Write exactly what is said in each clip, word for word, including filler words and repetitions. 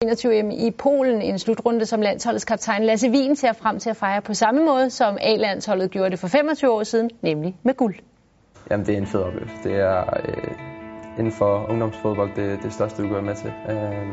enogtyve E M i Polen, en slutrunde, som landsholdets kaptajn Lasse Wien ser frem til at fejre på samme måde, som A-landsholdet gjorde det for femogtyve år siden, nemlig med guld. Jamen, det er en fed oplevelse. Det er øh, inden for ungdomsfodbold det, det største, du går med til. Øh,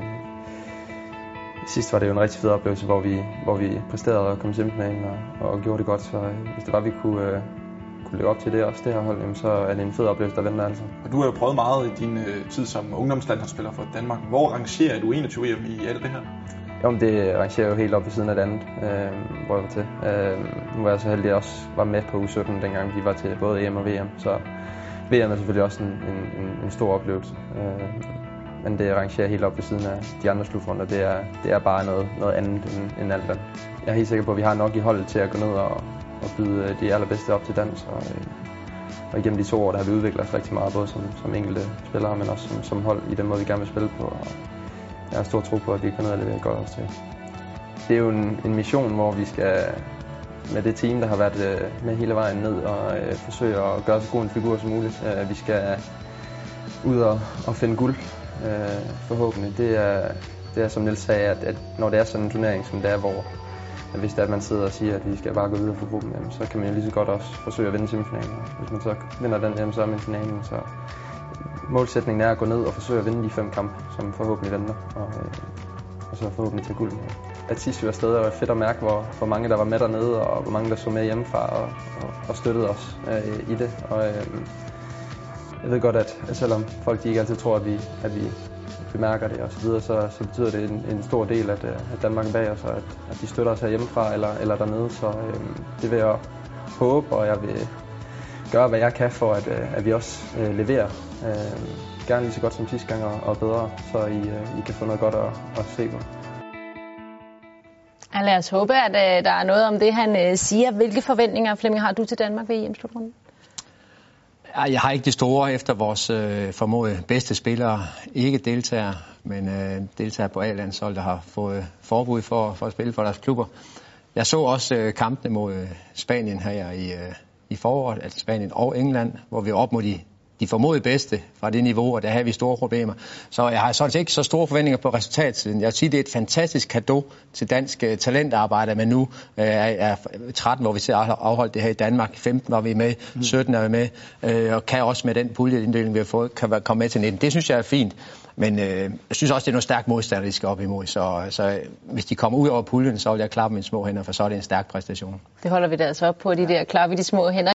sidst var det jo en rigtig fed oplevelse, hvor vi, hvor vi præsterede og kom til semifinalen og, og gjorde det godt. Så øh, hvis det var, vi kunne, øh, kunne leve op til det også, det her hold, jamen, så er det en fed oplevelse, der venter altså. Og du har jo prøvet meget i din øh, tid som ungdomslandsholdsspiller for Danmark. Hvor rangerer du enogtyve E M i alt det her? Jo, men det rangerer jo helt op ved siden af det andet, øh, hvor jeg var til. Øh, nu var jeg så heldig, at jeg også var med på U sytten, dengang vi var til både E M og V M. Så V M er selvfølgelig også en, en, en stor oplevelse. Øh, men det rangerer helt op ved siden af de andre slutrunder. Det er, det er bare noget, noget andet end, end alt andet. Jeg er helt sikker på, at vi har nok i holdet til at gå ned og, og byde de allerbedste op til dans. Og, øh, og igennem de to år, der har vi udviklet os rigtig meget, både som, som enkelte spillere, men også som, som hold i den måde, vi gerne vil spille på. Og jeg har stor tro på, at vi kan ned og levere godt også til. Det er jo en, en mission, hvor vi skal med det team, der har været øh, med hele vejen ned og øh, forsøge at gøre så god en figur som muligt. Øh, vi skal ud og, og finde guld, øh, forhåbentlig. Det er, det er som Niels sagde, at, at når det er sådan en turnering, som det er, hvor at hvis det er, at man sidder og siger, at vi skal bare gå videre for gruppen, jamen, så kan man jo lige så godt også forsøge at vinde semifinalen. Hvis man så vinder den, jamen, så er man i finalen. Så målsætningen er at gå ned og forsøge at vinde de fem kampe, som forhåbentlig venter, og, øh, og så forhåbentlig tage guld. At sidst vi var afsted, var fedt at mærke, hvor, hvor mange der var med dernede, og hvor mange der så med hjemmefra og, og, og støttede os øh, i det. Og, øh, jeg ved godt, at, at selvom folk de ikke altid tror, at vi, at vi bemærker det og så videre, så, så betyder det en, en stor del, at, at Danmark er bag os, og at, at de støtter os her hjemmefra eller, eller dernede. Så øh, det vil jeg håbe, og jeg vil gøre, hvad jeg kan for, at, at vi også øh, leverer. Øh, gerne lige så godt som sidste gang og, og bedre, så I, øh, I kan få noget godt at, at se på. Ja, lad os håbe, at øh, der er noget om det, han øh, siger. Hvilke forventninger, Flemming, har du til Danmark ved E M-slutrunden? Jeg har ikke de store efter vores øh, formodede bedste spillere. Ikke deltager, men øh, deltager på A-landshold, der har fået forbud for, for at spille for deres klubber. Jeg så også øh, kampene mod øh, Spanien her i, øh, i foråret, altså Spanien og England, hvor vi var op mod de, de formodede bedste fra det niveau, og der havde vi store problemer. Så jeg har sådan set ikke så store forventninger på resultatsiden. Jeg vil sige, det er et fantastisk cadeau til dansk uh, talentarbejde, men nu uh, er tretten, hvor vi ser afholdt det her i Danmark. femten var vi med, sytten er vi med, uh, og kan også med den puljeinddeling, vi har fået, kan komme med til nitten. Det synes jeg er fint. Men øh, jeg synes også, det er noget stærk modstander, de skal op imod. Så, så hvis de kommer ud over puljen, så vil jeg klappe mine små hænder, for så er det en stærk præstation. Det holder vi da altså op på, de der klapper i de små hænder.